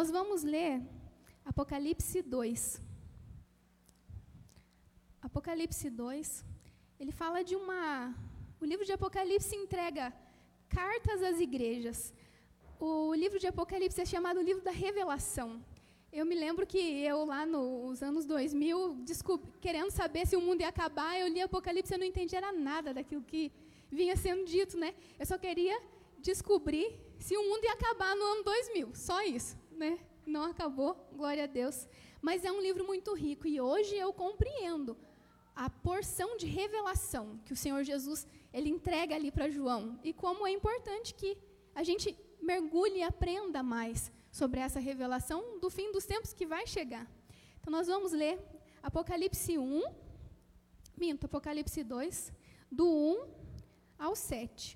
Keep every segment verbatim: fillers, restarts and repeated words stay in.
nós vamos ler Apocalipse dois. Apocalipse dois, ele fala de uma... O livro de Apocalipse entrega cartas às igrejas. O livro de Apocalipse é chamado o livro da revelação. Eu me lembro que eu, lá nos anos dois mil, descobri, querendo saber se o mundo ia acabar, eu li Apocalipse e eu não entendia nada daquilo que vinha sendo dito, né? Eu só queria descobrir se o mundo ia acabar no ano dois mil, só isso, né? Não acabou, glória a Deus. Mas é um livro muito rico e hoje eu compreendo a porção de revelação que o Senhor Jesus ele entrega ali para João e como é importante que a gente mergulhe e aprenda mais sobre essa revelação do fim dos tempos que vai chegar. Então, nós vamos ler Apocalipse um, minto, Apocalipse dois, do um ao sete.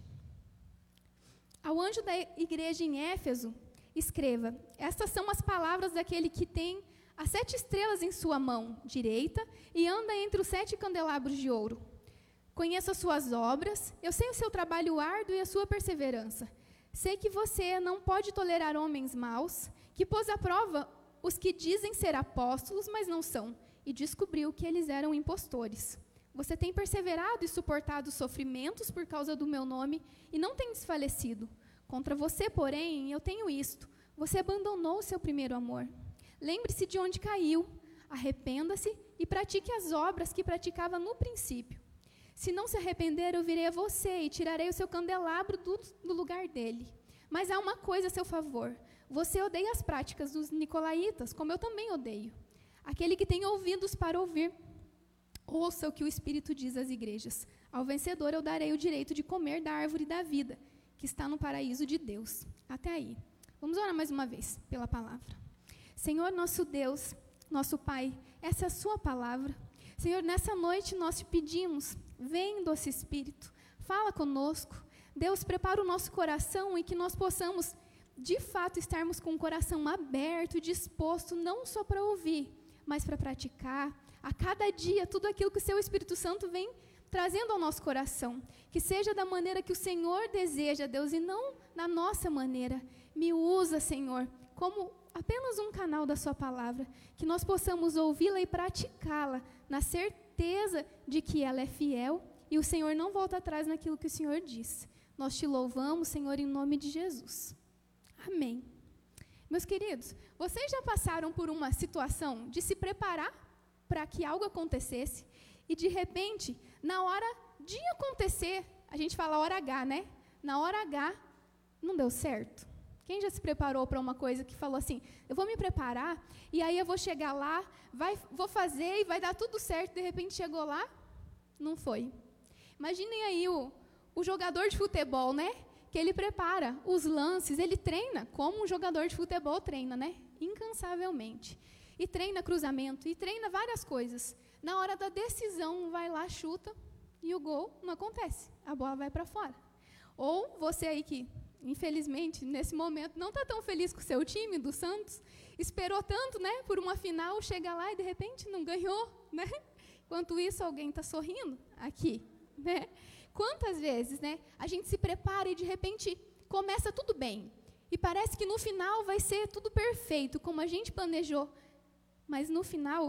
Ao anjo da igreja em Éfeso, escreva: estas são as palavras daquele que tem as sete estrelas em sua mão direita e anda entre os sete candelabros de ouro. Conheço as suas obras, eu sei o seu trabalho árduo e a sua perseverança. Sei que você não pode tolerar homens maus, que pôs à prova os que dizem ser apóstolos, mas não são, e descobriu que eles eram impostores. Você tem perseverado e suportado sofrimentos por causa do meu nome e não tem desfalecido. Contra você, porém, eu tenho isto: você abandonou o seu primeiro amor. Lembre-se de onde caiu, arrependa-se e pratique as obras que praticava no princípio. Se não se arrepender, eu virei a você e tirarei o seu candelabro do, do lugar dele. Mas há uma coisa a seu favor: você odeia as práticas dos nicolaítas, como eu também odeio. Aquele que tem ouvidos para ouvir, ouça o que o Espírito diz às igrejas. Ao vencedor eu darei o direito de comer da árvore da vida, que está no paraíso de Deus. Até aí. Vamos orar mais uma vez pela palavra. Senhor, nosso Deus, nosso Pai, essa é a sua palavra. Senhor, nessa noite nós te pedimos, vem, doce Espírito, fala conosco. Deus, prepara o nosso coração e que nós possamos, de fato, estarmos com o coração aberto, disposto, não só para ouvir, mas para praticar, a cada dia, tudo aquilo que o seu Espírito Santo vem trazendo ao nosso coração. Que seja da maneira que o Senhor deseja, Deus, e não na nossa maneira. Me usa, Senhor, como apenas um canal da sua palavra, que nós possamos ouvi-la e praticá-la, na certeza de que ela é fiel e o Senhor não volta atrás naquilo que o Senhor diz. Nós te louvamos, Senhor, em nome de Jesus. Amém. Meus queridos, vocês já passaram por uma situação de se preparar para que algo acontecesse e, de repente, na hora de acontecer, a gente fala hora H, né? Na hora H, não deu certo? Quem já se preparou para uma coisa que falou assim, eu vou me preparar, e aí eu vou chegar lá, vai, vou fazer e vai dar tudo certo, de repente chegou lá, não foi. Imaginem aí o, o jogador de futebol, né? Que ele prepara os lances, ele treina como um jogador de futebol treina, né? Incansavelmente. E treina cruzamento, e treina várias coisas. Na hora da decisão, vai lá, chuta, e o gol não acontece, a bola vai para fora. Ou você aí que, infelizmente, nesse momento, não está tão feliz com o seu time, do Santos, esperou tanto, né, por uma final, chega lá e, de repente, não ganhou, né? Enquanto isso, alguém está sorrindo aqui, né? Quantas vezes, né, a gente se prepara e, de repente, começa tudo bem. E parece que no final vai ser tudo perfeito, como a gente planejou. Mas no final,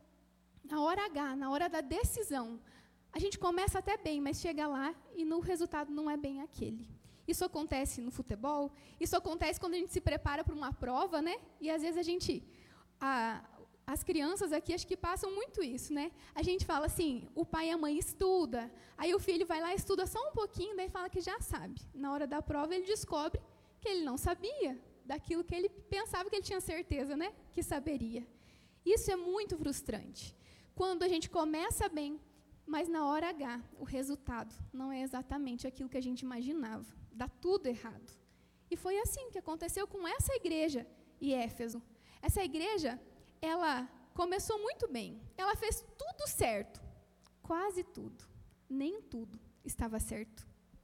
na hora H, na hora da decisão, a gente começa até bem, mas chega lá e no resultado não é bem aquele. Isso acontece no futebol, isso acontece quando a gente se prepara para uma prova, né? E às vezes a gente, a, as crianças aqui acho que passam muito isso, né? A gente fala assim, o pai e a mãe estuda, aí o filho vai lá e estuda só um pouquinho, daí fala que já sabe. Na hora da prova ele descobre que ele não sabia daquilo que ele pensava que ele tinha certeza, né? Que saberia. Isso é muito frustrante. Quando a gente começa bem, mas na hora H, o resultado não é exatamente aquilo que a gente imaginava. Dá tudo errado. E foi assim que aconteceu com essa igreja em Éfeso. Essa igreja, ela começou muito bem. Ela fez tudo certo. Quase tudo. Nem tudo estava certo.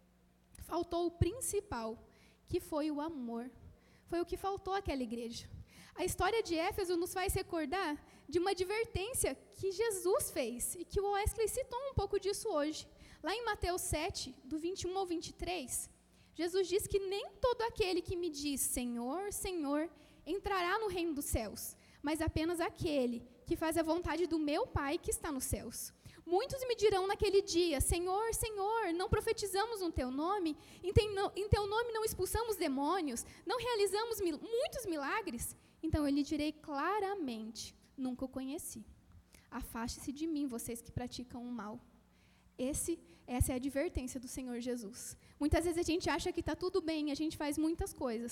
Faltou o principal, que foi o amor. Foi o que faltou àquela igreja. A história de Éfeso nos faz recordar de uma advertência que Jesus fez e que o Wesley citou um pouco disso hoje. Lá em Mateus sete, do vinte e um ao vinte e três, Jesus diz que nem todo aquele que me diz Senhor, Senhor, entrará no o reino dos céus, mas apenas aquele que faz a vontade do meu Pai que está nos céus. Muitos me dirão naquele dia, Senhor, Senhor, não profetizamos no teu nome? Em teu nome não expulsamos demônios? Não realizamos mil, muitos milagres? Então eu lhe direi claramente, nunca o conheci. Afaste-se de mim, vocês que praticam o mal. Esse, essa é a advertência do Senhor Jesus. Muitas vezes a gente acha que está tudo bem, a gente faz muitas coisas,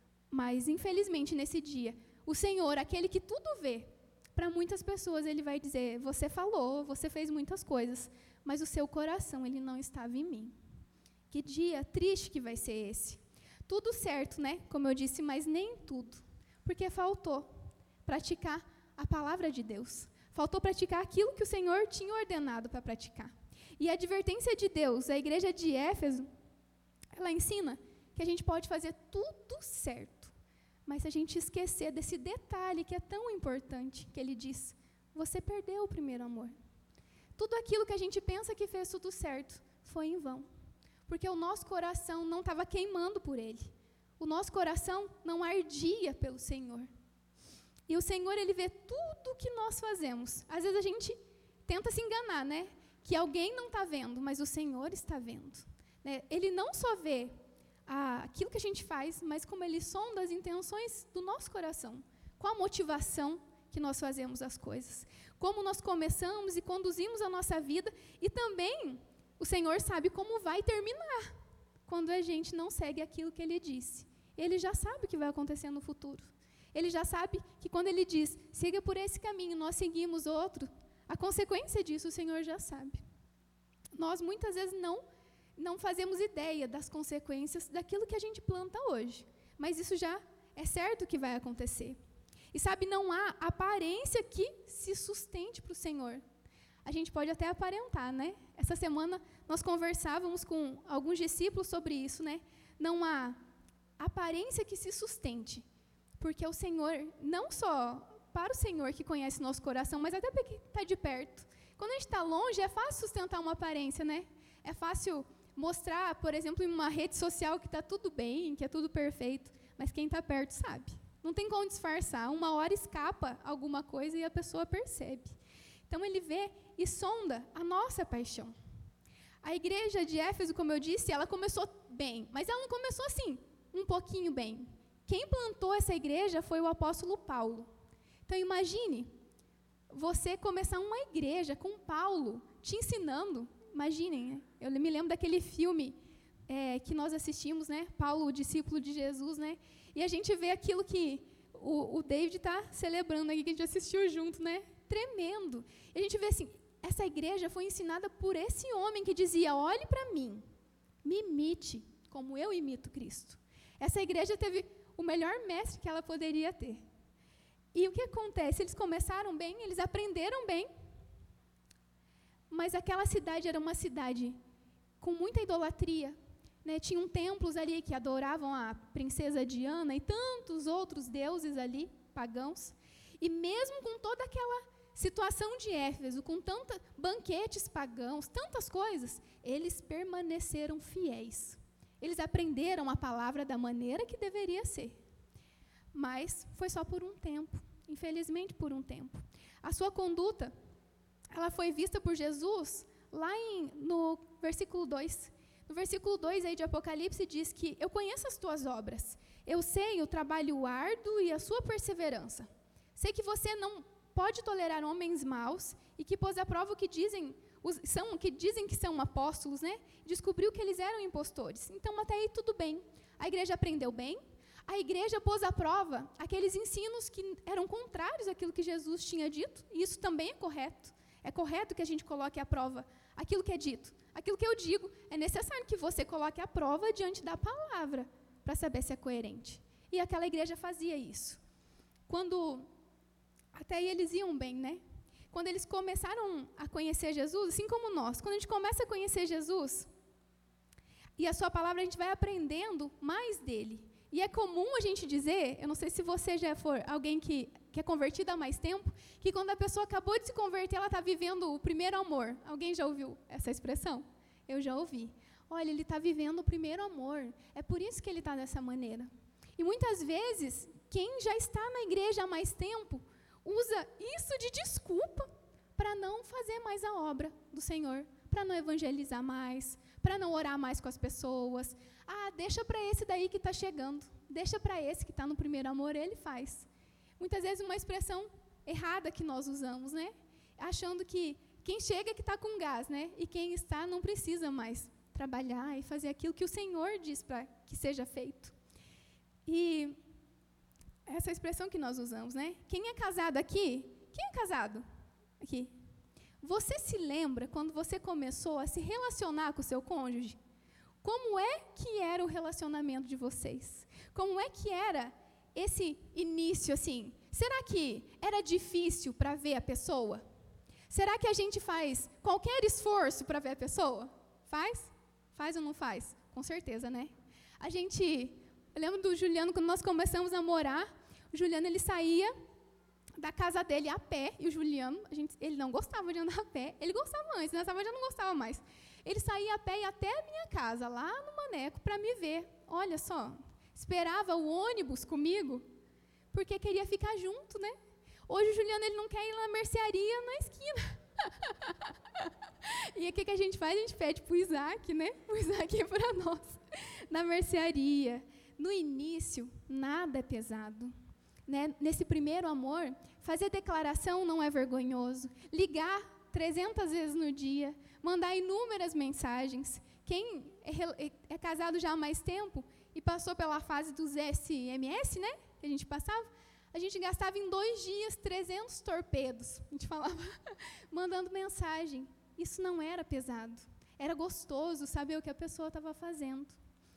mas infelizmente nesse dia, o Senhor, aquele que tudo vê, para muitas pessoas ele vai dizer, você falou, você fez muitas coisas, mas o seu coração, ele não estava em mim. Que dia triste que vai ser esse. Tudo certo, né? Como eu disse, mas nem tudo. Porque faltou praticar a palavra de Deus. Faltou praticar aquilo que o Senhor tinha ordenado para praticar. E a advertência de Deus, a igreja de Éfeso, ela ensina que a gente pode fazer tudo certo. Mas se a gente esquecer desse detalhe que é tão importante, que ele diz, você perdeu o primeiro amor. Tudo aquilo que a gente pensa que fez tudo certo, foi em vão. Porque o nosso coração não estava queimando por ele. O nosso coração não ardia pelo Senhor. E o Senhor, ele vê tudo que nós fazemos. Às vezes a gente tenta se enganar, né? Que alguém não está vendo, mas o Senhor está vendo. Né? Ele não só vê Ah, aquilo que a gente faz, mas como ele sonda as intenções do nosso coração, qual a motivação que nós fazemos as coisas, como nós começamos e conduzimos a nossa vida, e também o Senhor sabe como vai terminar, quando a gente não segue aquilo que ele disse. Ele já sabe o que vai acontecer no futuro. Ele já sabe que quando ele diz, siga por esse caminho, nós seguimos outro, a consequência disso o Senhor já sabe. Nós muitas vezes não não fazemos ideia das consequências daquilo que a gente planta hoje. Mas isso já é certo que vai acontecer. E sabe, não há aparência que se sustente para o Senhor. A gente pode até aparentar, né? Essa semana nós conversávamos com alguns discípulos sobre isso, né? Não há aparência que se sustente. Porque o Senhor, não só para o Senhor que conhece nosso coração, mas até para quem está de perto. Quando a gente está longe, é fácil sustentar uma aparência, né? É fácil mostrar, por exemplo, em uma rede social que está tudo bem, que é tudo perfeito, mas quem está perto sabe. Não tem como disfarçar. Uma hora escapa alguma coisa e a pessoa percebe. Então, ele vê e sonda a nossa paixão. A igreja de Éfeso, como eu disse, ela começou bem, mas ela não começou assim, um pouquinho bem. Quem plantou essa igreja foi o apóstolo Paulo. Então, imagine você começar uma igreja com Paulo te ensinando. Imaginem, eu me lembro daquele filme é, que nós assistimos, né? Paulo, o discípulo de Jesus, né? E a gente vê aquilo que o, o David está celebrando aqui, que a gente assistiu junto, né? Tremendo. E a gente vê assim, essa igreja foi ensinada por esse homem que dizia, olhe para mim, me imite, como eu imito Cristo. Essa igreja teve o melhor mestre que ela poderia ter. E o que acontece? Eles começaram bem, eles aprenderam bem, mas aquela cidade era uma cidade com muita idolatria, né? Tinham templos ali que adoravam a princesa Diana e tantos outros deuses ali, pagãos. E mesmo com toda aquela situação de Éfeso, com tantos banquetes pagãos, tantas coisas, eles permaneceram fiéis. Eles aprenderam a palavra da maneira que deveria ser. Mas foi só por um tempo, infelizmente por um tempo. A sua conduta, ela foi vista por Jesus lá em, no versículo dois. No versículo dois aí de Apocalipse diz que eu conheço as tuas obras, eu sei o trabalho árduo e a sua perseverança. Sei que você não pode tolerar homens maus e que pôs à prova o que dizem, os, são, que dizem que são apóstolos, né? Descobriu que eles eram impostores. Então até aí tudo bem. A igreja aprendeu bem. A igreja pôs à prova aqueles ensinos que eram contrários àquilo que Jesus tinha dito, e isso também é correto. É correto que a gente coloque à prova aquilo que é dito. Aquilo que eu digo, é necessário que você coloque à prova diante da palavra, para saber se é coerente. E aquela igreja fazia isso. Quando, até aí eles iam bem, né? Quando eles começaram a conhecer Jesus, assim como nós, quando a gente começa a conhecer Jesus, e a sua palavra a gente vai aprendendo mais dele. E é comum a gente dizer, eu não sei se você já for alguém que, que é convertido há mais tempo, que quando a pessoa acabou de se converter, ela está vivendo o primeiro amor. Alguém já ouviu essa expressão? Eu já ouvi. Olha, ele está vivendo o primeiro amor. É por isso que ele está dessa maneira. E muitas vezes, quem já está na igreja há mais tempo usa isso de desculpa para não fazer mais a obra do Senhor, para não evangelizar mais, para não orar mais com as pessoas. Ah, deixa para esse daí que está chegando, deixa para esse que está no primeiro amor, ele faz. Muitas vezes uma expressão errada que nós usamos, né? Achando que quem chega é que está com gás, né? E quem está não precisa mais trabalhar e fazer aquilo que o Senhor diz para que seja feito. E essa expressão que nós usamos, né? Quem é casado aqui? Quem é casado aqui? Você se lembra quando você começou a se relacionar com o seu cônjuge? Como é que era o relacionamento de vocês? Como é que era esse início, assim? Será que era difícil para ver a pessoa? Será que a gente faz qualquer esforço para ver a pessoa? Faz? Faz ou não faz? Com certeza, né? A gente, eu lembro do Juliano, quando nós começamos a morar, o Juliano, ele saía da casa dele a pé, e o Juliano, a gente, ele não gostava de andar a pé, ele gostava antes, nessa vez já não gostava mais. Ele saía a pé e ia até a minha casa, lá no Maneco, para me ver. Olha só, esperava o ônibus comigo, porque queria ficar junto, né? Hoje o Juliano, ele não quer ir na mercearia na esquina. E o que, que a gente faz? A gente pede para o Isaac, né? O Isaac é para nós, na mercearia. No início, nada é pesado. Né? Nesse primeiro amor, fazer declaração não é vergonhoso. Ligar trezentas vezes no dia, mandar inúmeras mensagens. Quem é, é casado já há mais tempo e passou pela fase dos S M S, né? Que a gente passava, a gente gastava em dois dias trezentos torpedos. A gente falava, mandando mensagem. Isso não era pesado. Era gostoso saber o que a pessoa estava fazendo.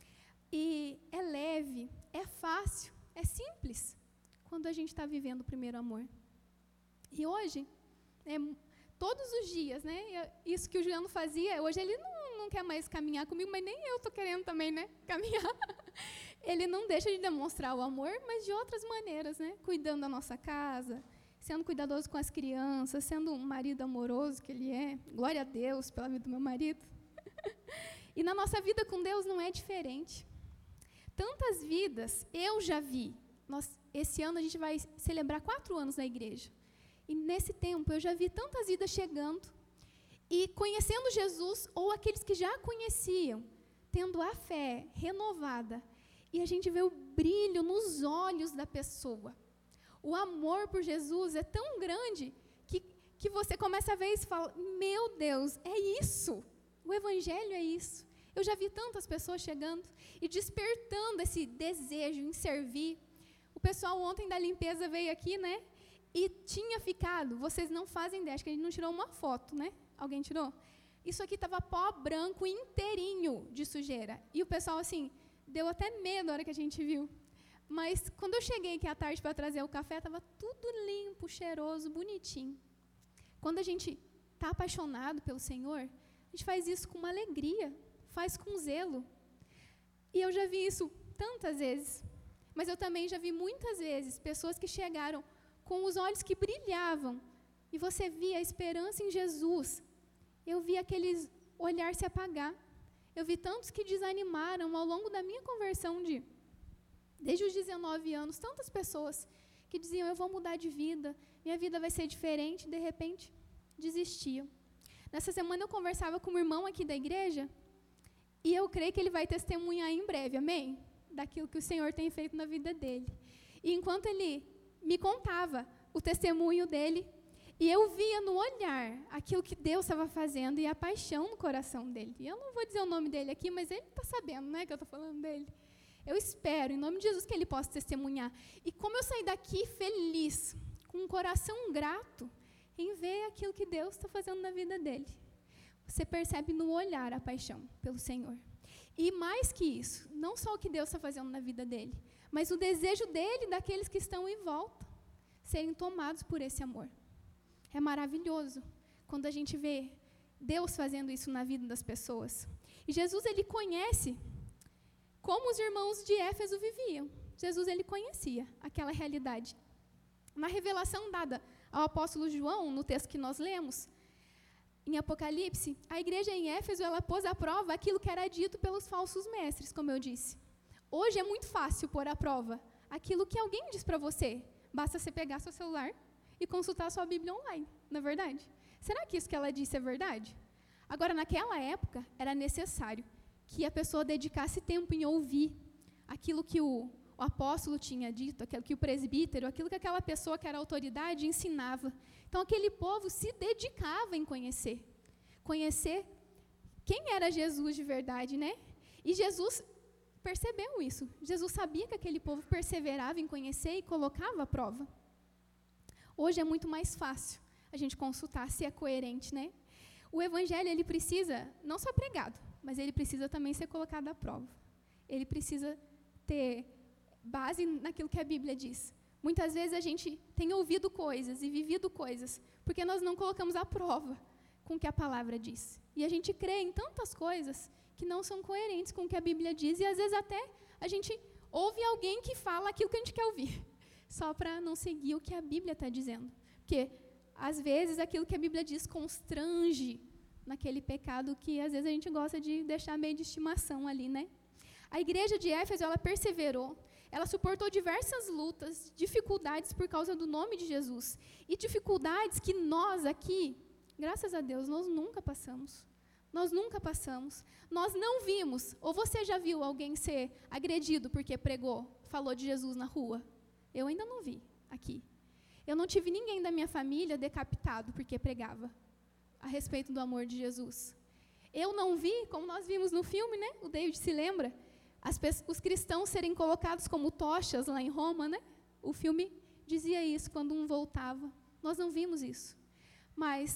E é leve, é fácil, é simples, quando a gente está vivendo o primeiro amor. E hoje, é, todos os dias, né, isso que o Juliano fazia, hoje ele não, não quer mais caminhar comigo, mas nem eu estou querendo também, né, caminhar. Ele não deixa de demonstrar o amor, mas de outras maneiras, né, cuidando da nossa casa, sendo cuidadoso com as crianças, sendo um marido amoroso que ele é. Glória a Deus pela vida do meu marido. E na nossa vida com Deus não é diferente. Tantas vidas eu já vi. Nós, esse ano a gente vai celebrar quatro anos na igreja. E nesse tempo eu já vi tantas vidas chegando e conhecendo Jesus, ou aqueles que já conheciam, tendo a fé renovada. E a gente vê o brilho nos olhos da pessoa. O amor por Jesus é tão grande que, que você começa a ver isso e fala, meu Deus, é isso. O Evangelho é isso. Eu já vi tantas pessoas chegando e despertando esse desejo em servir. O pessoal ontem da limpeza veio aqui, né? E tinha ficado, vocês não fazem ideia, acho que a gente não tirou uma foto, né? Alguém tirou? Isso aqui estava pó branco inteirinho de sujeira. E o pessoal, assim, deu até medo na hora que a gente viu. Mas quando eu cheguei aqui à tarde para trazer o café, estava tudo limpo, cheiroso, bonitinho. Quando a gente está apaixonado pelo Senhor, a gente faz isso com uma alegria, faz com zelo. E eu já vi isso tantas vezes. Mas eu também já vi muitas vezes pessoas que chegaram com os olhos que brilhavam, e você via a esperança em Jesus. Eu vi aqueles olhar se apagar. Eu vi tantos que desanimaram ao longo da minha conversão de... Desde os dezenove anos, tantas pessoas que diziam, eu vou mudar de vida, minha vida vai ser diferente, de repente, desistiam. Nessa semana eu conversava com um irmão aqui da igreja, e eu creio que ele vai testemunhar em breve, amém? Daquilo que o Senhor tem feito na vida dele. E enquanto ele me contava o testemunho dele, e eu via no olhar aquilo que Deus estava fazendo e a paixão no coração dele. E eu não vou dizer o nome dele aqui, mas ele está sabendo, né, que eu estou falando dele. Eu espero, em nome de Jesus, que ele possa testemunhar. E como eu saí daqui feliz, com um coração grato, em ver aquilo que Deus está fazendo na vida dele. Você percebe no olhar a paixão pelo Senhor. E mais que isso, não só o que Deus está fazendo na vida dele, mas o desejo dele e daqueles que estão em volta, serem tomados por esse amor. É maravilhoso quando a gente vê Deus fazendo isso na vida das pessoas. E Jesus, ele conhece como os irmãos de Éfeso viviam. Jesus, ele conhecia aquela realidade. Na revelação dada ao apóstolo João, no texto que nós lemos, em Apocalipse, a igreja em Éfeso, ela pôs à prova aquilo que era dito pelos falsos mestres, como eu disse. Hoje é muito fácil pôr à prova aquilo que alguém diz para você. Basta você pegar seu celular e consultar sua Bíblia online, não é verdade? Será que isso que ela disse é verdade? Agora, naquela época, era necessário que a pessoa dedicasse tempo em ouvir aquilo que o, o apóstolo tinha dito, aquilo que o presbítero, aquilo que aquela pessoa que era autoridade ensinava. Então, aquele povo se dedicava em conhecer. Conhecer quem era Jesus de verdade, né? E Jesus percebeu isso. Jesus sabia que aquele povo perseverava em conhecer e colocava à prova. Hoje é muito mais fácil a gente consultar se é coerente, né? O evangelho, ele precisa, não só pregado, mas ele precisa também ser colocado à prova. Ele precisa ter base naquilo que a Bíblia diz. Muitas vezes a gente tem ouvido coisas e vivido coisas, porque nós não colocamos à prova com o que a palavra diz. E a gente crê em tantas coisas que não são coerentes com o que a Bíblia diz, e às vezes até a gente ouve alguém que fala aquilo que a gente quer ouvir, só para não seguir o que a Bíblia está dizendo. Porque, às vezes, aquilo que a Bíblia diz constrange naquele pecado que, às vezes, a gente gosta de deixar meio de estimação ali, né? A igreja de Éfeso, ela perseverou, ela suportou diversas lutas, dificuldades por causa do nome de Jesus. E dificuldades que nós aqui, graças a Deus, nós nunca passamos. Nós nunca passamos. Nós não vimos, ou você já viu alguém ser agredido porque pregou, falou de Jesus na rua? Eu ainda não vi aqui. Eu não tive ninguém da minha família decapitado porque pregava a respeito do amor de Jesus. Eu não vi, como nós vimos no filme, né? O David se lembra, as os cristãos serem colocados como tochas lá em Roma, né? O filme dizia isso quando um voltava. Nós não vimos isso. Mas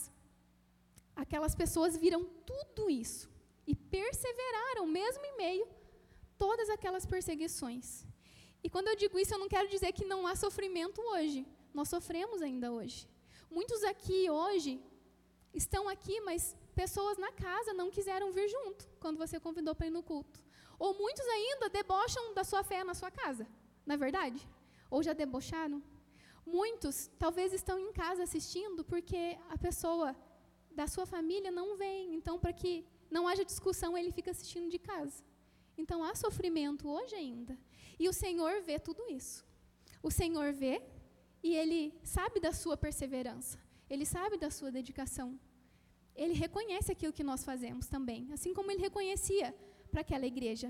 aquelas pessoas viram tudo isso e perseveraram, mesmo em meio a todas aquelas perseguições. E quando eu digo isso, eu não quero dizer que não há sofrimento hoje. Nós sofremos ainda hoje. Muitos aqui hoje estão aqui, mas pessoas na casa não quiseram vir junto quando você convidou para ir no culto. Ou muitos ainda debocham da sua fé na sua casa, não é verdade? Ou já debocharam? Muitos talvez estão em casa assistindo porque a pessoa da sua família não vem. Então, para que não haja discussão, ele fica assistindo de casa. Então, há sofrimento hoje ainda. E o Senhor vê tudo isso. O Senhor vê e Ele sabe da sua perseverança. Ele sabe da sua dedicação. Ele reconhece aquilo que nós fazemos também, assim como Ele reconhecia para aquela igreja.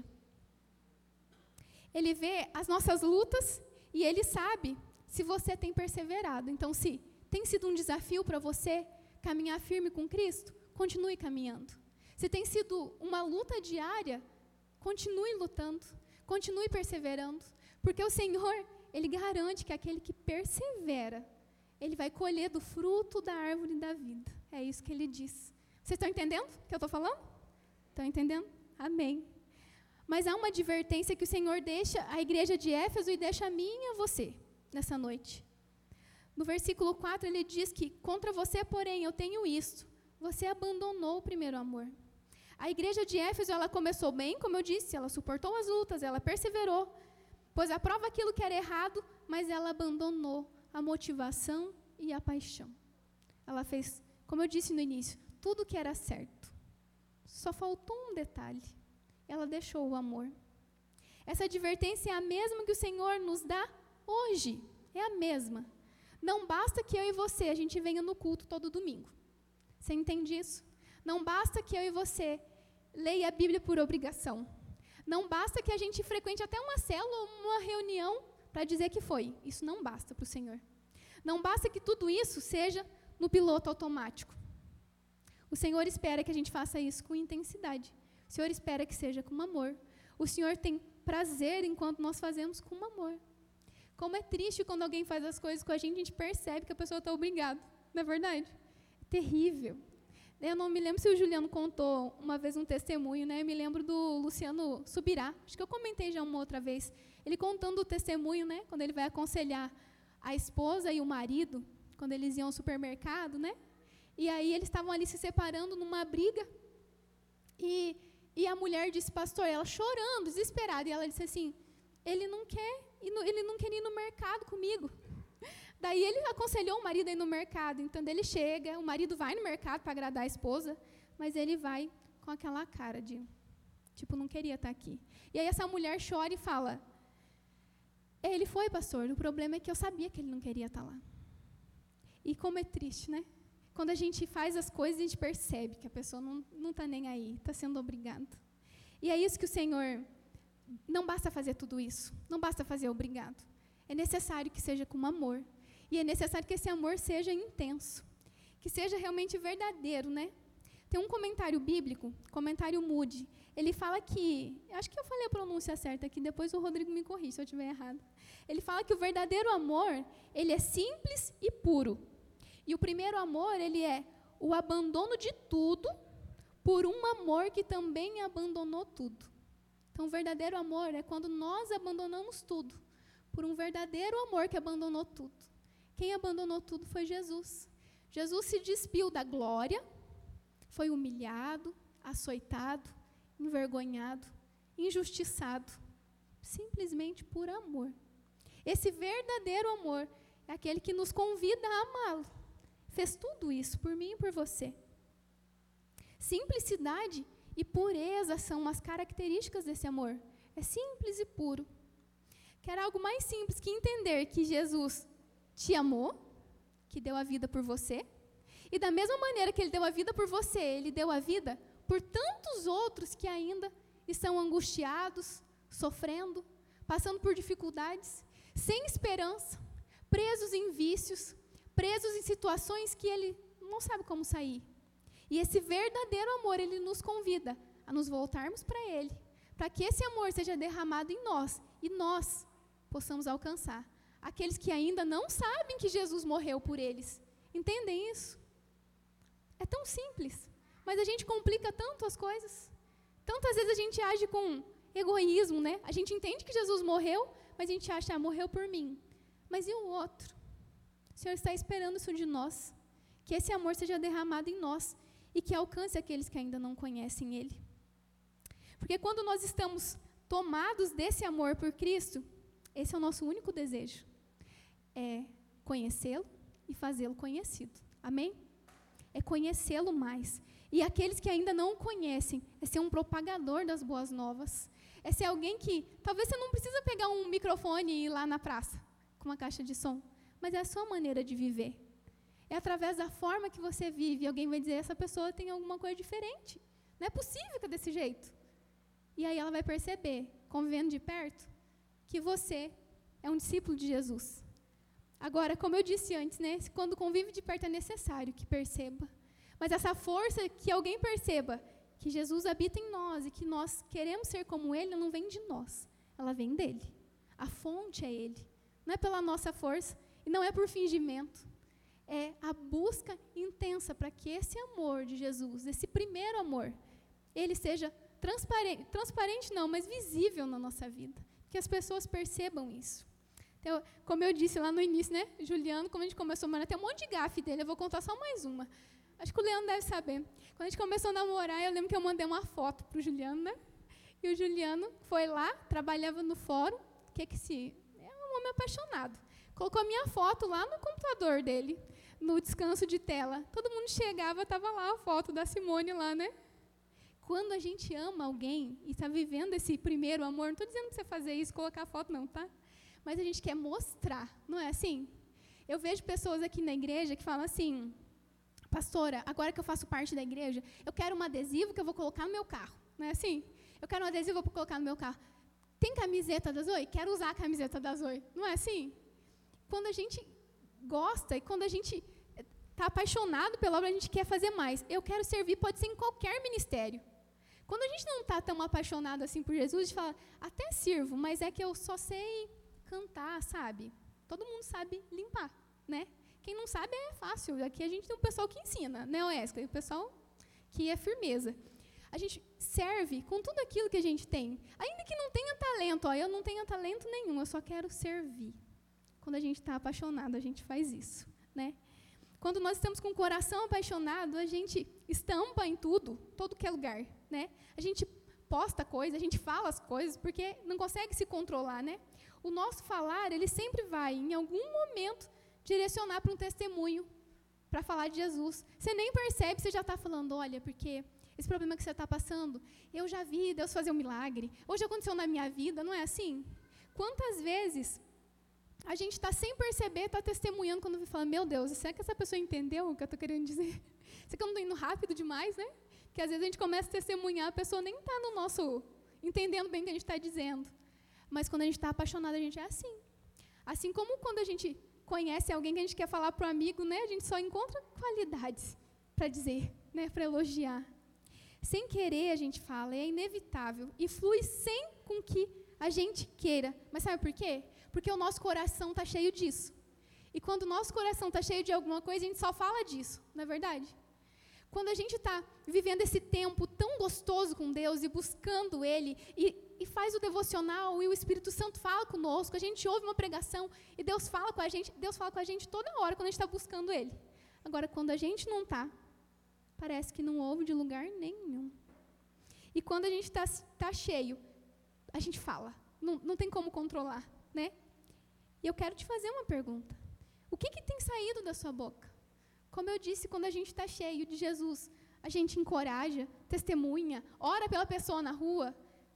Ele vê as nossas lutas e Ele sabe se você tem perseverado. Então, se tem sido um desafio para você caminhar firme com Cristo, continue caminhando. Se tem sido uma luta diária, continue lutando, continue perseverando, porque o Senhor, Ele garante que aquele que persevera, ele vai colher do fruto da árvore da vida. É isso que Ele diz. Vocês estão entendendo o que eu estou falando? Estão entendendo? Amém. Mas há uma advertência que o Senhor deixa à igreja de Éfeso e deixa a mim e a você nessa noite. No versículo quatro, ele diz que, contra você, porém, eu tenho isto. Você abandonou o primeiro amor. A igreja de Éfeso, ela começou bem, como eu disse, ela suportou as lutas, ela perseverou, pôs à prova aquilo que era errado, mas ela abandonou a motivação e a paixão. Ela fez, como eu disse no início, tudo que era certo. Só faltou um detalhe. Ela deixou o amor. Essa advertência é a mesma que o Senhor nos dá hoje. É a mesma. Não basta que eu e você, a gente venha no culto todo domingo. Você entende isso? Não basta que eu e você leia a Bíblia por obrigação. Não basta que a gente frequente até uma célula ou uma reunião para dizer que foi. Isso não basta para o Senhor. Não basta que tudo isso seja no piloto automático. O Senhor espera que a gente faça isso com intensidade. O Senhor espera que seja com amor. O Senhor tem prazer enquanto nós fazemos com amor. Como é triste quando alguém faz as coisas com a gente, a gente percebe que a pessoa está obrigada. Não é verdade? É terrível. Eu não me lembro se o Juliano contou uma vez um testemunho, né? Eu me lembro do Luciano Subirá. Acho que eu comentei já uma outra vez. Ele contando o testemunho, né? Quando ele vai aconselhar a esposa e o marido, quando eles iam ao supermercado, né? E aí eles estavam ali se separando numa briga. E, e a mulher disse, pastor, ela chorando, desesperada. E ela disse assim, ele não quer, ele não quer ir no mercado comigo. Daí ele aconselhou o marido a ir no mercado. Então ele chega, o marido vai no mercado para agradar a esposa, mas ele vai com aquela cara de, tipo, não queria estar aqui. E aí essa mulher chora e fala, Ele foi, pastor. O problema é que eu sabia que ele não queria estar lá. E como é triste, né? Quando a gente faz as coisas, a gente percebe que a pessoa não está nem aí, está sendo obrigada. E é isso que o Senhor... Não basta fazer tudo isso. Não basta fazer obrigado. É necessário que seja com amor. E é necessário que esse amor seja intenso. Que seja realmente verdadeiro, né? Tem um comentário bíblico, comentário Moody. Ele fala que... Acho que eu falei a pronúncia certa aqui, depois o Rodrigo me corrige se eu estiver errado. Ele fala que o verdadeiro amor, ele é simples e puro. E o primeiro amor, ele é o abandono de tudo por um amor que também abandonou tudo. Então, o verdadeiro amor é quando nós abandonamos tudo por um verdadeiro amor que abandonou tudo. Quem abandonou tudo foi Jesus. Jesus se despiu da glória, foi humilhado, açoitado, envergonhado, injustiçado, simplesmente por amor. Esse verdadeiro amor é aquele que nos convida a amá-lo. Fez tudo isso por mim e por você. Simplicidade e pureza são as características desse amor. É simples e puro. Quer algo mais simples que entender que Jesus te amou, que deu a vida por você, e da mesma maneira que ele deu a vida por você, ele deu a vida por tantos outros que ainda estão angustiados, sofrendo, passando por dificuldades, sem esperança, presos em vícios, presos em situações que ele não sabe como sair. E esse verdadeiro amor, ele nos convida a nos voltarmos para ele, para que esse amor seja derramado em nós e nós possamos alcançar aqueles que ainda não sabem que Jesus morreu por eles. Entendem isso? É tão simples, mas a gente complica tanto as coisas. Tantas vezes a gente age com egoísmo, né? A gente entende que Jesus morreu, mas a gente acha, ah, morreu por mim. Mas e o outro? O Senhor está esperando isso de nós, que esse amor seja derramado em nós e que alcance aqueles que ainda não conhecem Ele. Porque quando nós estamos tomados desse amor por Cristo, esse é o nosso único desejo, é conhecê-lo e fazê-lo conhecido. Amém? É conhecê-lo mais. E aqueles que ainda não o conhecem, é ser um propagador das boas novas, é ser alguém que, talvez você não precisa pegar um microfone e ir lá na praça, com uma caixa de som, mas é a sua maneira de viver. É através da forma que você vive, alguém vai dizer, essa pessoa tem alguma coisa diferente. Não é possível que é desse jeito. E aí ela vai perceber, convivendo de perto, que você é um discípulo de Jesus. Agora, como eu disse antes, né, quando convive de perto é necessário que perceba. Mas essa força que alguém perceba que Jesus habita em nós e que nós queremos ser como Ele, não vem de nós, ela vem dEle. A fonte é Ele. Não é pela nossa força e não é por fingimento. É a busca intensa para que esse amor de Jesus, esse primeiro amor, ele seja transparente, transparente não, mas visível na nossa vida. Que as pessoas percebam isso. Então, como eu disse lá no início, né, Juliano, como a gente começou a namorar, tem um monte de gafe dele, eu vou contar só mais uma. Acho que o Leandro deve saber. Quando a gente começou a namorar, eu lembro que eu mandei uma foto pro Juliano, né? E o Juliano foi lá, trabalhava no fórum, que que se... é um homem apaixonado. Colocou a minha foto lá no computador dele, no descanso de tela. Todo mundo chegava, estava lá a foto da Simone lá, né? Quando a gente ama alguém e está vivendo esse primeiro amor, não estou dizendo para você fazer isso, colocar a foto não, tá? Mas a gente quer mostrar, não é assim? Eu vejo pessoas aqui na igreja que falam assim, pastora, agora que eu faço parte da igreja, eu quero um adesivo que eu vou colocar no meu carro, não é assim? Eu quero um adesivo para colocar no meu carro. Tem camiseta da Zoe? Quero usar a camiseta da Zoe, não é assim? Quando a gente gosta e quando a gente está apaixonado pela obra, a gente quer fazer mais. Eu quero servir, pode ser em qualquer ministério. Quando a gente não está tão apaixonado assim por Jesus, a gente fala, até sirvo, mas é que eu só sei cantar, sabe? Todo mundo sabe limpar, né? Quem não sabe é fácil. Aqui a gente tem um pessoal que ensina, né, Oesca? E o pessoal que é firmeza. A gente serve com tudo aquilo que a gente tem. Ainda que não tenha talento, ó, eu não tenho talento nenhum, eu só quero servir. Quando a gente está apaixonado, a gente faz isso, né? Quando nós estamos com o coração apaixonado, a gente estampa em tudo, todo que é lugar, né? A gente posta coisas, a gente fala as coisas, porque não consegue se controlar, né? O nosso falar, ele sempre vai, em algum momento, direcionar para um testemunho, para falar de Jesus. Você nem percebe, você já está falando, olha, porque esse problema que você está passando, eu já vi Deus fazer um milagre, hoje aconteceu na minha vida, não é assim? Quantas vezes a gente está sem perceber, está testemunhando quando fala, meu Deus, será que essa pessoa entendeu o que eu estou querendo dizer? Será que eu não estou indo rápido demais, né? Porque às vezes a gente começa a testemunhar, a pessoa nem está no nosso, entendendo bem o que a gente está dizendo. Mas quando a gente está apaixonado, a gente é assim. Assim como quando a gente conhece alguém que a gente quer falar para o amigo, né? A gente só encontra qualidades para dizer, né? Para elogiar. Sem querer, a gente fala, é inevitável. E flui sem com que a gente queira. Mas sabe por quê? Porque o nosso coração está cheio disso. E quando o nosso coração está cheio de alguma coisa, a gente só fala disso, não é verdade? Quando a gente está vivendo esse tempo tão gostoso com Deus e buscando Ele, e, e faz o devocional, e o Espírito Santo fala conosco, a gente ouve uma pregação, e Deus fala com a gente, Deus fala com a gente toda hora quando a gente está buscando Ele. Agora, quando a gente não está, parece que não ouve de lugar nenhum. E quando a gente está tá cheio, a gente fala, não, não tem como controlar, né? E eu quero te fazer uma pergunta. O que, que tem saído da sua boca? Como eu disse, quando a gente está cheio de Jesus, a gente encoraja, testemunha, ora pela pessoa na rua.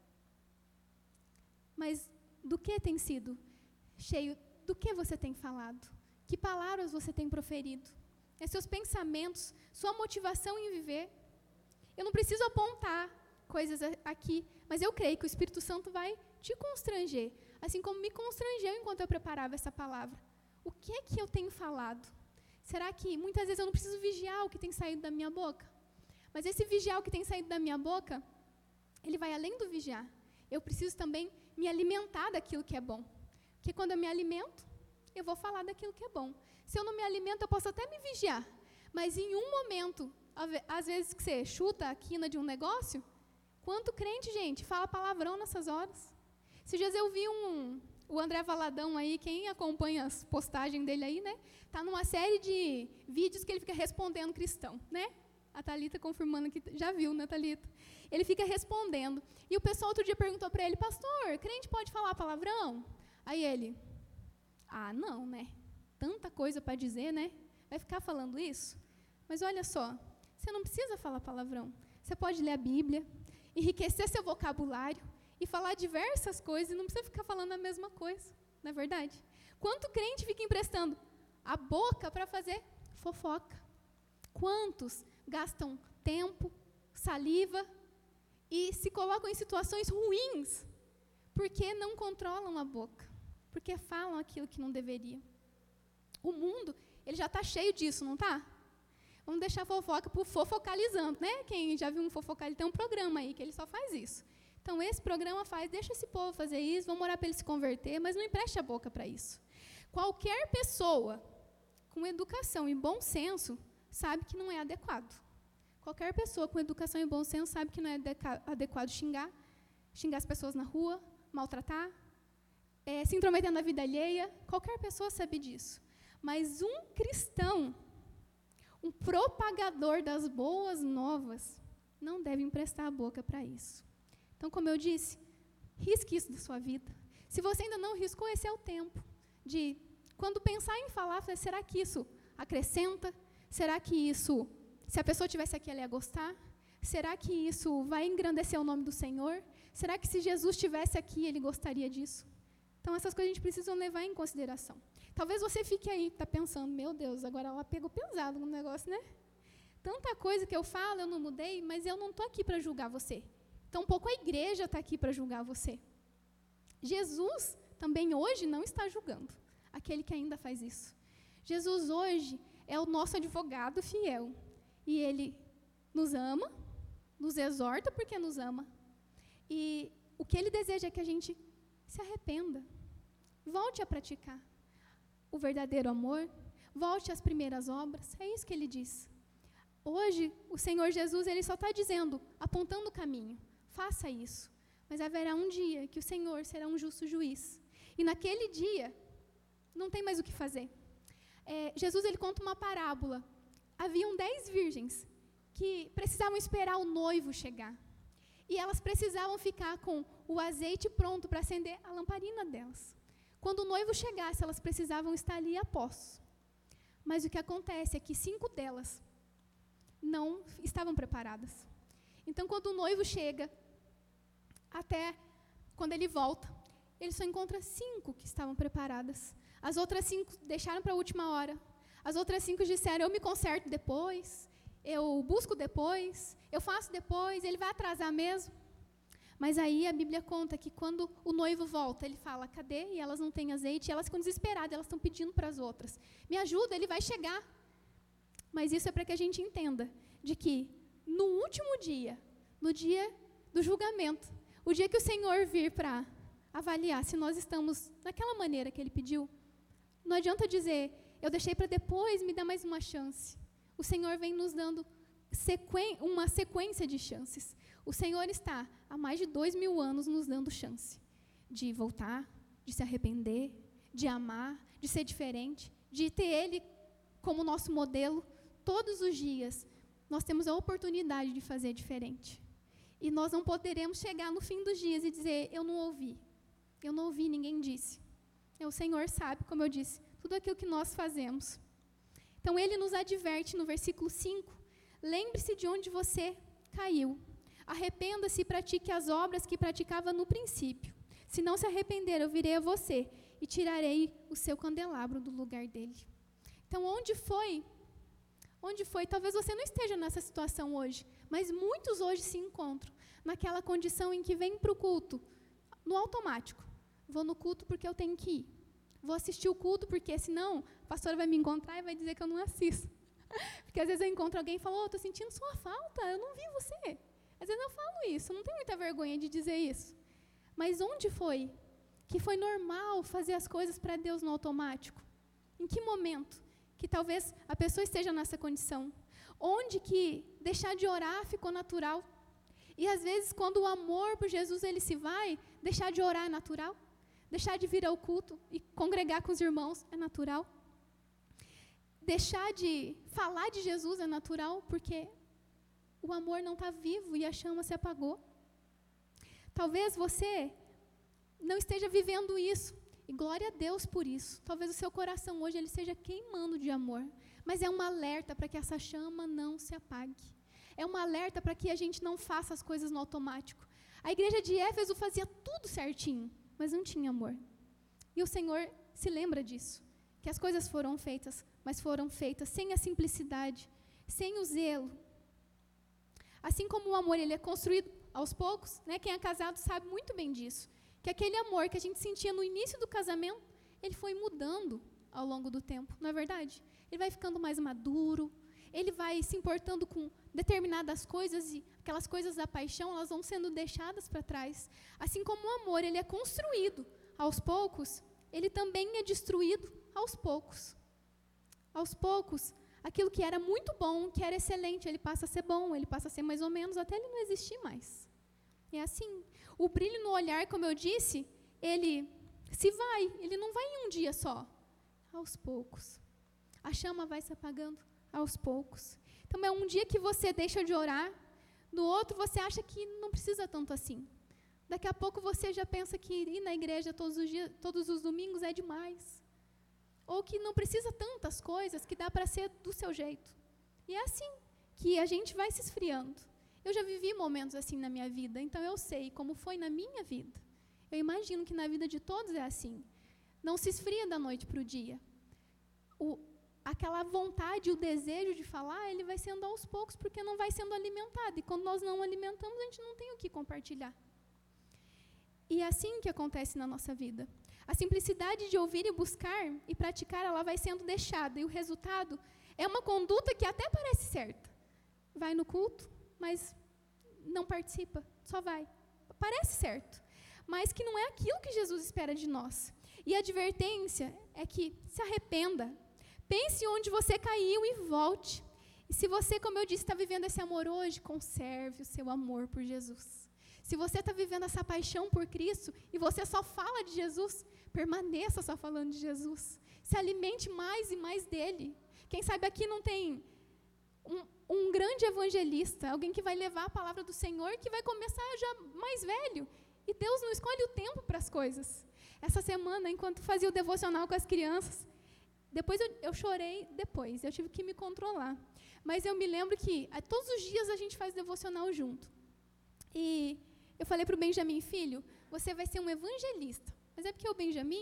Mas do que tem sido cheio? Do que você tem falado? Que palavras você tem proferido? É seus pensamentos, sua motivação em viver. Eu não preciso apontar coisas aqui, mas eu creio que o Espírito Santo vai te constranger, assim como me constrangeu enquanto eu preparava essa palavra. O que é que eu tenho falado? Será que muitas vezes eu não preciso vigiar o que tem saído da minha boca? Mas esse vigiar o que tem saído da minha boca, ele vai além do vigiar. Eu preciso também me alimentar daquilo que é bom. Porque quando eu me alimento, eu vou falar daquilo que é bom. Se eu não me alimento, eu posso até me vigiar. Mas em um momento, às vezes que você chuta a quina de um negócio, quanto crente, gente, fala palavrão nessas horas. Esses dias eu vi um... O André Valadão aí, quem acompanha as postagens dele aí, né? Tá numa série de vídeos que ele fica respondendo cristão, né? A Thalita confirmando que já viu, né, Thalita? Ele fica respondendo. E o pessoal outro dia perguntou para ele, pastor, crente pode falar palavrão? Aí ele, ah, não, né? Tanta coisa para dizer, né? Vai ficar falando isso? Mas olha só, você não precisa falar palavrão. Você pode ler a Bíblia, enriquecer seu vocabulário, e falar diversas coisas, e não precisa ficar falando a mesma coisa, não é verdade? Quanto crente fica emprestando a boca para fazer fofoca? Quantos gastam tempo, saliva, e se colocam em situações ruins, porque não controlam a boca, porque falam aquilo que não deveria? O mundo, ele já está cheio disso, não está? Vamos deixar a fofoca para o fofocalizando, né? Quem já viu um fofocalizando, tem um programa aí que ele só faz isso. Então, esse programa faz, deixa esse povo fazer isso, vamos orar para ele se converter, mas não empreste a boca para isso. Qualquer pessoa com educação e bom senso sabe que não é adequado. Qualquer pessoa com educação e bom senso sabe que não é adequado xingar, xingar as pessoas na rua, maltratar, é, se intrometer na vida alheia. Qualquer pessoa sabe disso. Mas um cristão, um propagador das boas novas, não deve emprestar a boca para isso. Então, como eu disse, risque isso da sua vida. Se você ainda não riscou, esse é o tempo de, quando pensar em falar, será que isso acrescenta? Será que isso, se a pessoa estivesse aqui, ela ia gostar? Será que isso vai engrandecer o nome do Senhor? Será que se Jesus estivesse aqui, ele gostaria disso? Então, essas coisas a gente precisa levar em consideração. Talvez você fique aí, está pensando, meu Deus, agora ela pegou pesado no negócio, né? Tanta coisa que eu falo, eu não mudei, mas eu não estou aqui para julgar você. Tampouco a igreja está aqui para julgar você. Jesus também hoje não está julgando aquele que ainda faz isso. Jesus hoje é o nosso advogado fiel. E ele nos ama, nos exorta porque nos ama. E o que ele deseja é que a gente se arrependa. Volte a praticar o verdadeiro amor. Volte às primeiras obras. É isso que ele diz. Hoje, o Senhor Jesus, ele só está dizendo, apontando o caminho. Faça isso, mas haverá um dia que o Senhor será um justo juiz. E naquele dia, não tem mais o que fazer. É, Jesus, ele conta uma parábola. Haviam dez virgens que precisavam esperar o noivo chegar. E elas precisavam ficar com o azeite pronto para acender a lamparina delas. Quando o noivo chegasse, elas precisavam estar ali a postos. Mas o que acontece é que cinco delas não estavam preparadas. Então, quando o noivo chega, até quando ele volta, ele só encontra cinco que estavam preparadas. As outras cinco deixaram para a última hora. As outras cinco disseram, eu me conserto depois, eu busco depois, eu faço depois, ele vai atrasar mesmo. Mas aí a Bíblia conta que quando o noivo volta, ele fala, cadê? E elas não têm azeite, e elas ficam desesperadas, elas estão pedindo para as outras. Me ajuda, ele vai chegar. Mas isso é para que a gente entenda de que no último dia, no dia do julgamento, o dia que o Senhor vir para avaliar se nós estamos daquela maneira que ele pediu, não adianta dizer, eu deixei para depois, me dá mais uma chance. O Senhor vem nos dando sequen- uma sequência de chances. O Senhor está há mais de dois mil anos nos dando chance de voltar, de se arrepender, de amar, de ser diferente, de ter Ele como nosso modelo. Todos os dias nós temos a oportunidade de fazer diferente. E nós não poderemos chegar no fim dos dias e dizer, eu não ouvi, eu não ouvi, ninguém disse. O Senhor sabe, como eu disse, tudo aquilo que nós fazemos. Então, Ele nos adverte no versículo cinco, lembre-se de onde você caiu. Arrependa-se e pratique as obras que praticava no princípio. Se não se arrepender, eu virei a você e tirarei o seu candelabro do lugar dele. Então, onde foi? Onde foi? Talvez você não esteja nessa situação hoje, mas muitos hoje se encontram naquela condição em que vem para o culto, no automático. Vou no culto porque eu tenho que ir. Vou assistir o culto porque senão a pastora vai me encontrar e vai dizer que eu não assisto. Porque às vezes eu encontro alguém e falo, oh, estou sentindo sua falta, eu não vi você. Às vezes eu falo isso, eu não tenho muita vergonha de dizer isso. Mas onde foi que foi normal fazer as coisas para Deus no automático? Em que momento que talvez a pessoa esteja nessa condição? Onde que deixar de orar ficou natural? E às vezes quando o amor por Jesus ele se vai, deixar de orar é natural? Deixar de vir ao culto e congregar com os irmãos é natural? Deixar de falar de Jesus é natural porque o amor não está vivo e a chama se apagou. Talvez você não esteja vivendo isso, e glória a Deus por isso. Talvez o seu coração hoje ele esteja queimando de amor, mas é um alerta para que essa chama não se apague. É um alerta para que a gente não faça as coisas no automático. A igreja de Éfeso fazia tudo certinho, mas não tinha amor. E o Senhor se lembra disso, que as coisas foram feitas, mas foram feitas sem a simplicidade, sem o zelo. Assim como o amor ele é construído aos poucos, né, quem é casado sabe muito bem disso, que aquele amor que a gente sentia no início do casamento, ele foi mudando ao longo do tempo, não é verdade? Ele vai ficando mais maduro, ele vai se importando com determinadas coisas e aquelas coisas da paixão, elas vão sendo deixadas para trás. Assim como o amor ele é construído aos poucos, ele também é destruído aos poucos. Aos poucos, aquilo que era muito bom, que era excelente, ele passa a ser bom, ele passa a ser mais ou menos, até ele não existir mais. É assim. O brilho no olhar, como eu disse, ele se vai, ele não vai em um dia só. Aos poucos. A chama vai se apagando aos poucos. Então, é um dia que você deixa de orar, no outro você acha que não precisa tanto assim. Daqui a pouco você já pensa que ir na igreja todos os dias, todos os domingos é demais. Ou que não precisa tantas coisas, que dá para ser do seu jeito. E é assim que a gente vai se esfriando. Eu já vivi momentos assim na minha vida, então eu sei como foi na minha vida. Eu imagino que na vida de todos é assim. Não se esfria da noite para o dia. O, aquela vontade, o desejo de falar, ele vai sendo aos poucos, porque não vai sendo alimentado. E quando nós não alimentamos, a gente não tem o que compartilhar. E é assim que acontece na nossa vida. A simplicidade de ouvir e buscar e praticar, ela vai sendo deixada. E o resultado é uma conduta que até parece certa. Vai no culto, mas não participa, só vai. Parece certo, mas que não é aquilo que Jesus espera de nós. E a advertência é que se arrependa. Pense onde você caiu e volte. E se você, como eu disse, está vivendo esse amor hoje, conserve o seu amor por Jesus. Se você está vivendo essa paixão por Cristo e você só fala de Jesus, permaneça só falando de Jesus. Se alimente mais e mais dele. Quem sabe aqui não tem um, um grande evangelista, alguém que vai levar a palavra do Senhor, que vai começar já mais velho. E Deus não escolhe o tempo para as coisas. Essa semana, enquanto fazia o devocional com as crianças, depois eu, eu chorei, depois, eu tive que me controlar. Mas eu me lembro que a, todos os dias a gente faz devocional junto. E eu falei para o Benjamin, filho, você vai ser um evangelista. Mas é porque o Benjamin,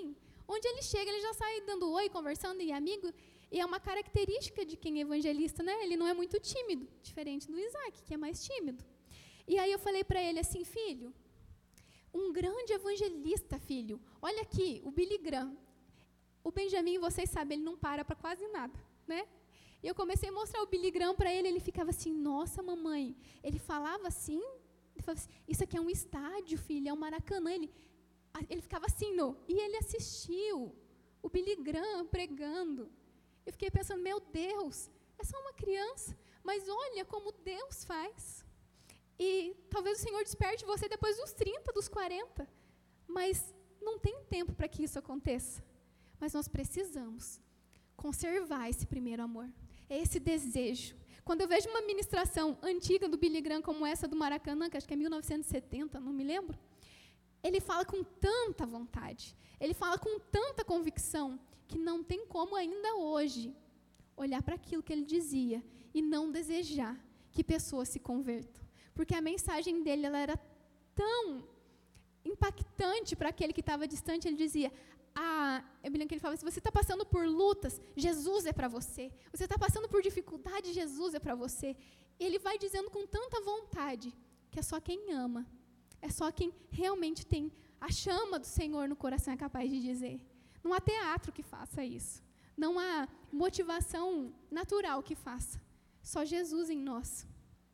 Onde ele chega, ele já sai dando oi, conversando e amigo. E é uma característica de quem é evangelista, né? Ele não é muito tímido, diferente do Isaac, que é mais tímido. E aí eu falei para ele assim, filho, um grande evangelista, filho. Olha aqui, o Billy Graham. O Benjamin, vocês sabem, ele não para para quase nada, né? E eu comecei a mostrar o Billy Graham para ele, ele ficava assim, nossa, mamãe. Ele falava assim, ele falava assim, isso aqui é um estádio, filho, é um Maracanã. Ele, ele ficava assim, no, e ele assistiu o Billy Graham pregando. Eu fiquei pensando, meu Deus, é só uma criança, mas olha como Deus faz. E talvez o Senhor desperte você depois dos trinta, dos quarenta, mas não tem tempo para que isso aconteça. Mas nós precisamos conservar esse primeiro amor, esse desejo. Quando eu vejo uma ministração antiga do Billy Graham como essa do Maracanã, que acho que é mil novecentos e setenta, não me lembro, ele fala com tanta vontade, ele fala com tanta convicção, que não tem como ainda hoje olhar para aquilo que ele dizia e não desejar que pessoas se convertam. Porque a mensagem dele ela era tão impactante para aquele que estava distante, ele dizia, ah, eu me lembro que ele falava, se você está passando por lutas, Jesus é para você. Você está passando por dificuldade, Jesus é para você. Ele vai dizendo com tanta vontade que é só quem ama, é só quem realmente tem a chama do Senhor no coração é capaz de dizer. Não há teatro que faça isso. Não há motivação natural que faça. Só Jesus em nós.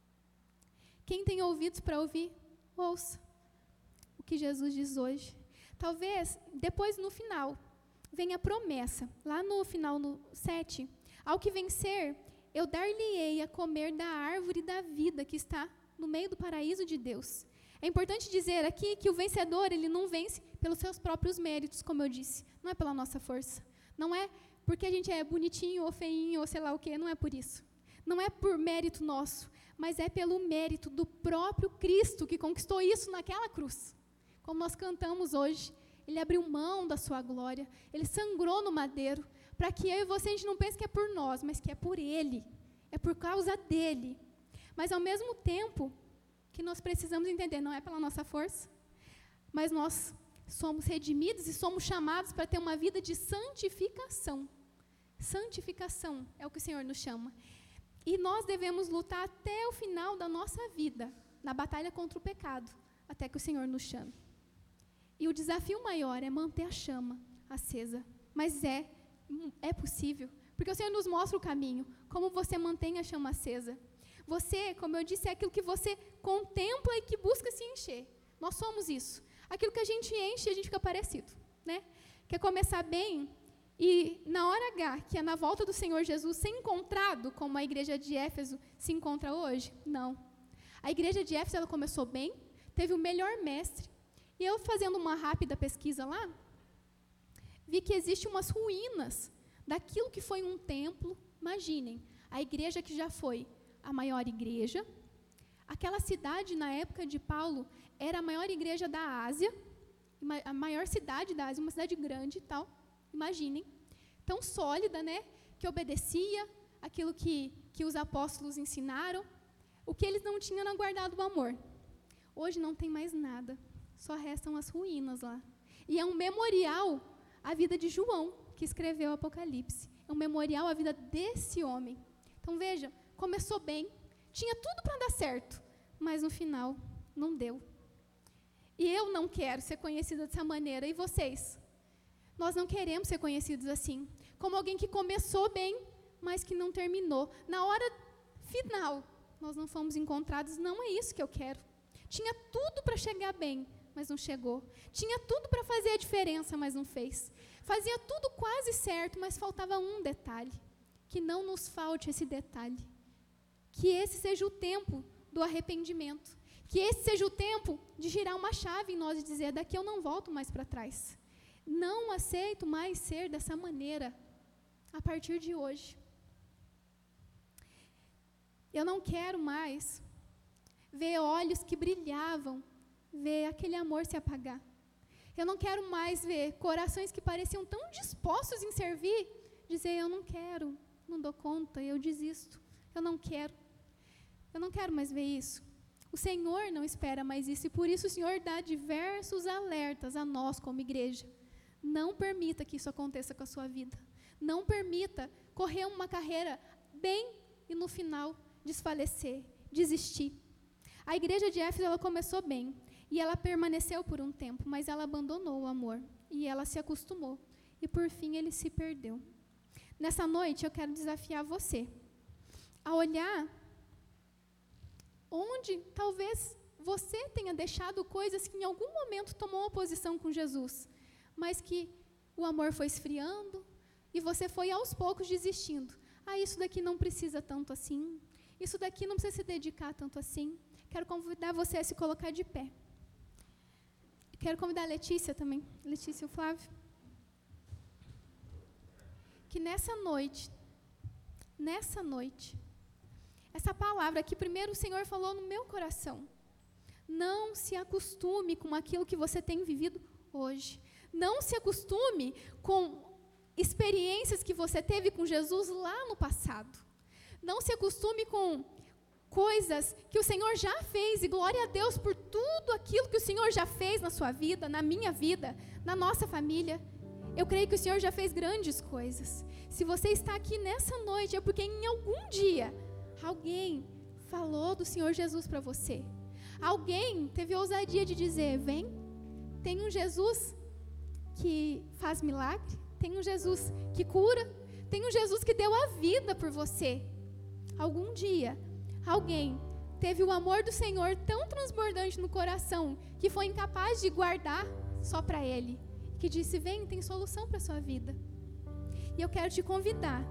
Quem tem ouvidos para ouvir, ouça o que Jesus diz hoje. Talvez, depois no final, venha a promessa. Lá no final, no sete. Ao que vencer, eu dar-lhe-ei a comer da árvore da vida que está no meio do paraíso de Deus. É importante dizer aqui que o vencedor, ele não vence pelos seus próprios méritos, como eu disse. Não é pela nossa força. Não é porque a gente é bonitinho ou feinho ou sei lá o quê, não é por isso. Não é por mérito nosso, mas é pelo mérito do próprio Cristo que conquistou isso naquela cruz. Como nós cantamos hoje, ele abriu mão da sua glória, ele sangrou no madeiro, para que eu e você, a gente não pense que é por nós, mas que é por ele, é por causa dele. Mas ao mesmo tempo que nós precisamos entender, não é pela nossa força, mas nós somos redimidos e somos chamados para ter uma vida de santificação. Santificação é o que o Senhor nos chama. E nós devemos lutar até o final da nossa vida, na batalha contra o pecado, até que o Senhor nos chame. E o desafio maior é manter a chama acesa. Mas é, é possível, porque o Senhor nos mostra o caminho, como você mantém a chama acesa. Você, como eu disse, é aquilo que você contempla e que busca se encher. Nós somos isso. Aquilo que a gente enche, a gente fica parecido, né? Quer começar bem e na hora H, que é na volta do Senhor Jesus, ser encontrado como a igreja de Éfeso se encontra hoje? Não. A igreja de Éfeso, ela começou bem, teve o melhor mestre. E eu, fazendo uma rápida pesquisa lá, vi que existem umas ruínas daquilo que foi um templo. Imaginem, a igreja que já foi a maior igreja. Aquela cidade, na época de Paulo, era a maior igreja da Ásia, a maior cidade da Ásia, uma cidade grande e tal, imaginem. Tão sólida, né, que obedecia aquilo que, que os apóstolos ensinaram. O que eles não tinham era guardado o amor. Hoje não tem mais nada, só restam as ruínas lá. E é um memorial à vida de João, que escreveu o Apocalipse. É um memorial à vida desse homem. Então veja, começou bem, tinha tudo para dar certo, mas no final não deu. E eu não quero ser conhecida dessa maneira, e vocês? Nós não queremos ser conhecidos assim, como alguém que começou bem, mas que não terminou. Na hora final, nós não fomos encontrados, não é isso que eu quero. Tinha tudo para chegar bem, mas não chegou. Tinha tudo para fazer a diferença, mas não fez. Fazia tudo quase certo, mas faltava um detalhe. Que não nos falte esse detalhe. Que esse seja o tempo do arrependimento. Que esse seja o tempo de girar uma chave em nós e dizer, daqui eu não volto mais para trás. Não aceito mais ser dessa maneira a partir de hoje. Eu não quero mais ver olhos que brilhavam, ver aquele amor se apagar. Eu não quero mais ver corações que pareciam tão dispostos em servir, dizer, eu não quero, não dou conta, eu desisto, eu não quero. Eu não quero mais ver isso. O Senhor não espera mais isso, e por isso o Senhor dá diversos alertas a nós como igreja. Não permita que isso aconteça com a sua vida. Não permita correr uma carreira bem e no final desfalecer, desistir. A igreja de Éfeso, ela começou bem e ela permaneceu por um tempo, mas ela abandonou o amor e ela se acostumou e por fim ele se perdeu. Nessa noite eu quero desafiar você a olhar onde talvez você tenha deixado coisas que em algum momento tomou oposição com Jesus, mas que o amor foi esfriando e você foi aos poucos desistindo. Ah, isso daqui não precisa tanto assim, isso daqui não precisa se dedicar tanto assim. Quero convidar você a se colocar de pé. Quero convidar a Letícia também, Letícia e o Flávio. Que nessa noite, nessa noite, essa palavra que primeiro o Senhor falou no meu coração, não se acostume com aquilo que você tem vivido hoje. Não se acostume com experiências que você teve com Jesus lá no passado. Não se acostume com coisas que o Senhor já fez, e glória a Deus por tudo aquilo que o Senhor já fez na sua vida, na minha vida, na nossa família. Eu creio que o Senhor já fez grandes coisas. Se você está aqui nessa noite, é porque em algum dia, alguém falou do Senhor Jesus para você. Alguém teve a ousadia de dizer, vem, tem um Jesus que faz milagre, tem um Jesus que cura, tem um Jesus que deu a vida por você. Algum dia, alguém teve o amor do Senhor tão transbordante no coração, que foi incapaz de guardar só para Ele, que disse, vem, tem solução para a sua vida. E eu quero te convidar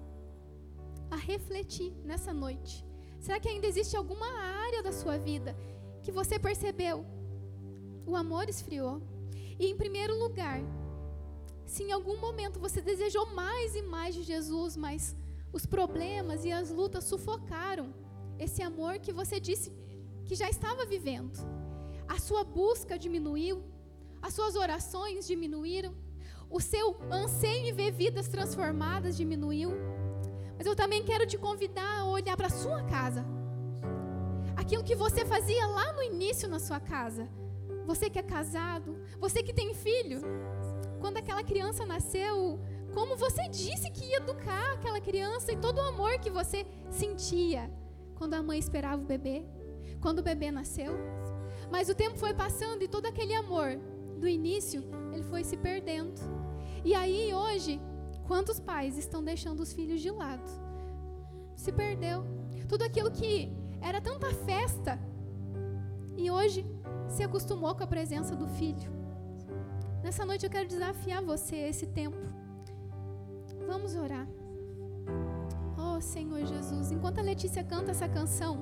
a refletir nessa noite. Será que ainda existe alguma área da sua vida que você percebeu? O amor esfriou. E em primeiro lugar, se em algum momento você desejou mais e mais de Jesus, mas os problemas e as lutas sufocaram esse amor que você disse que já estava vivendo. A sua busca diminuiu, as suas orações diminuíram, o seu anseio em ver vidas transformadas diminuiu. Mas eu também quero te convidar a olhar para a sua casa. Aquilo que você fazia lá no início na sua casa. Você que é casado, você que tem filho. Quando aquela criança nasceu, como você disse que ia educar aquela criança e todo o amor que você sentia quando a mãe esperava o bebê, quando o bebê nasceu. Mas o tempo foi passando e todo aquele amor do início, ele foi se perdendo. E aí hoje, quantos pais estão deixando os filhos de lado? Se perdeu. Tudo aquilo que era tanta festa e hoje se acostumou com a presença do filho. Nessa noite eu quero desafiar você a esse tempo. Vamos orar. Oh Senhor Jesus, enquanto a Letícia canta essa canção,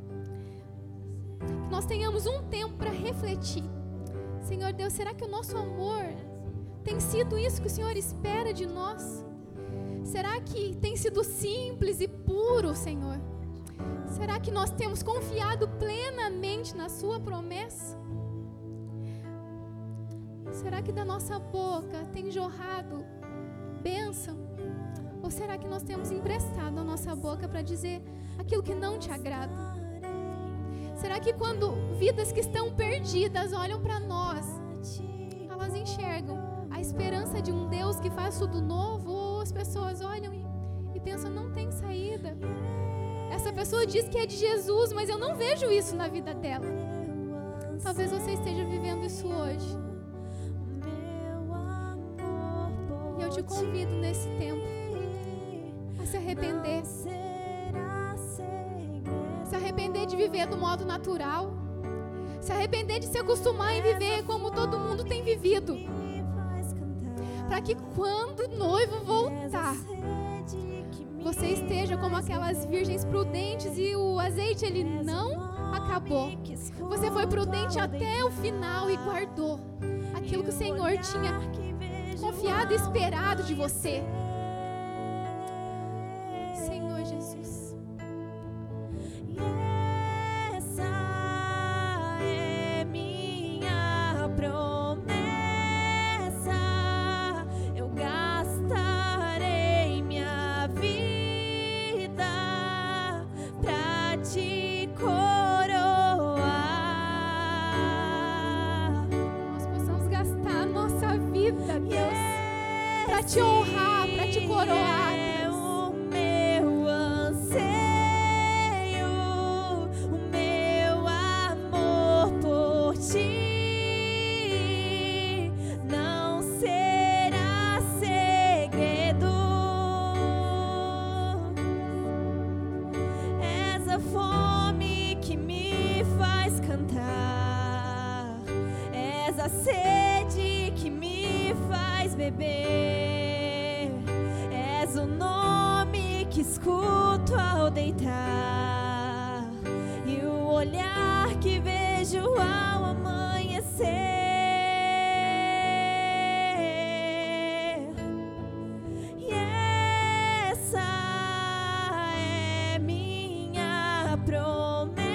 que nós tenhamos um tempo para refletir. Senhor Deus, será que o nosso amor tem sido isso que o Senhor espera de nós? Será que tem sido simples e puro, Senhor? Será que nós temos confiado plenamente na Sua promessa? Será que da nossa boca tem jorrado bênção? Ou será que nós temos emprestado a nossa boca para dizer aquilo que não te agrada? Será que quando vidas que estão perdidas olham para nós, elas enxergam a esperança de um Deus que faz tudo novo? Ou as pessoas olham e, e pensam, não tem saída. Essa pessoa diz que é de Jesus, mas eu não vejo isso na vida dela. Talvez você esteja vivendo isso hoje. E eu te convido nesse tempo a se arrepender. Se arrepender de viver do modo natural. Se arrepender de se acostumar em viver como todo mundo tem vivido. Para que quando o noivo voltar, você esteja como aquelas virgens prudentes e o azeite ele não acabou. Você foi prudente até o final e guardou aquilo que o Senhor tinha confiado e esperado de você. Senhor Jesus. Yeah. te honrar, para te coroar. É o meu anseio, o meu amor por ti não será segredo. Essa fome que me faz cantar, essa sede que me faz beber, és o nome que escuto ao deitar e o olhar que vejo ao amanhecer. E essa é minha promessa,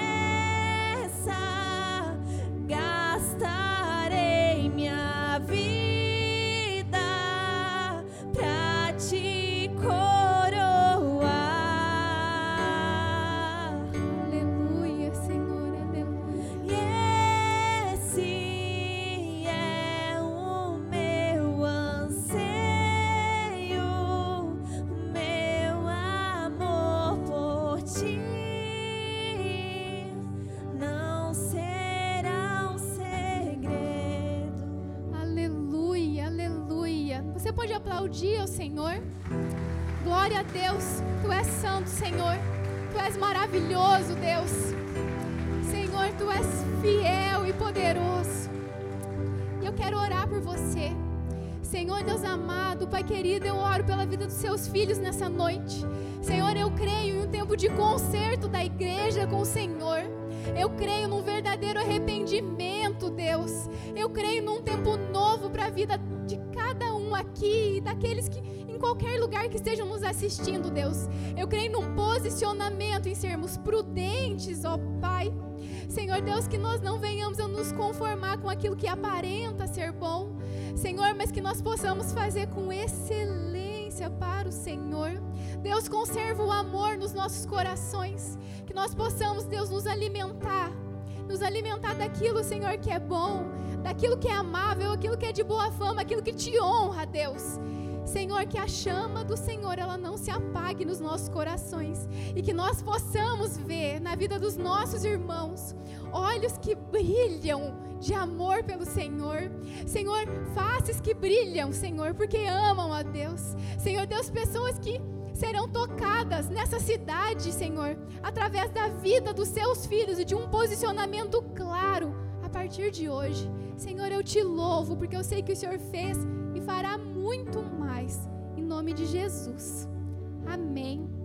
gastarei minha vida pra te coroar. Aleluia, Senhor, aleluia. E esse é o meu anseio, o meu amor por ti não será um segredo. Aleluia, aleluia. Você pode aplaudir ao Senhor? Glória a Deus. Tu és santo, Senhor. Tu és maravilhoso, Deus. Senhor, tu és fiel e poderoso. E eu quero orar por você. Senhor Deus amado, Pai querido, eu oro pela vida dos seus filhos nessa noite. Senhor, eu creio em um tempo de conserto da igreja com o Senhor. Eu creio num verdadeiro arrependimento, Deus. Eu creio num tempo novo para a vida de cada um aqui e daqueles que em qualquer lugar que estejam nos assistindo, Deus. Eu creio num posicionamento em sermos prudentes, ó Pai. Senhor Deus, que nós não venhamos a nos conformar com aquilo que aparenta ser bom, Senhor, mas que nós possamos fazer com excelência para o Senhor. Deus, conserva o amor nos nossos corações, que nós possamos, Deus, nos alimentar, nos alimentar daquilo, Senhor, que é bom, daquilo que é amável, aquilo que é de boa fama, aquilo que te honra, Deus. Senhor, que a chama do Senhor, ela não se apague nos nossos corações e que nós possamos ver na vida dos nossos irmãos olhos que brilham de amor pelo Senhor. Senhor, faces que brilham, Senhor, porque amam a Deus. Senhor Deus, pessoas que serão tocadas nessa cidade, Senhor, através da vida dos seus filhos e de um posicionamento claro a partir de hoje. Senhor, eu te louvo porque eu sei que o Senhor fez e fará muito mais, em nome de Jesus. Amém.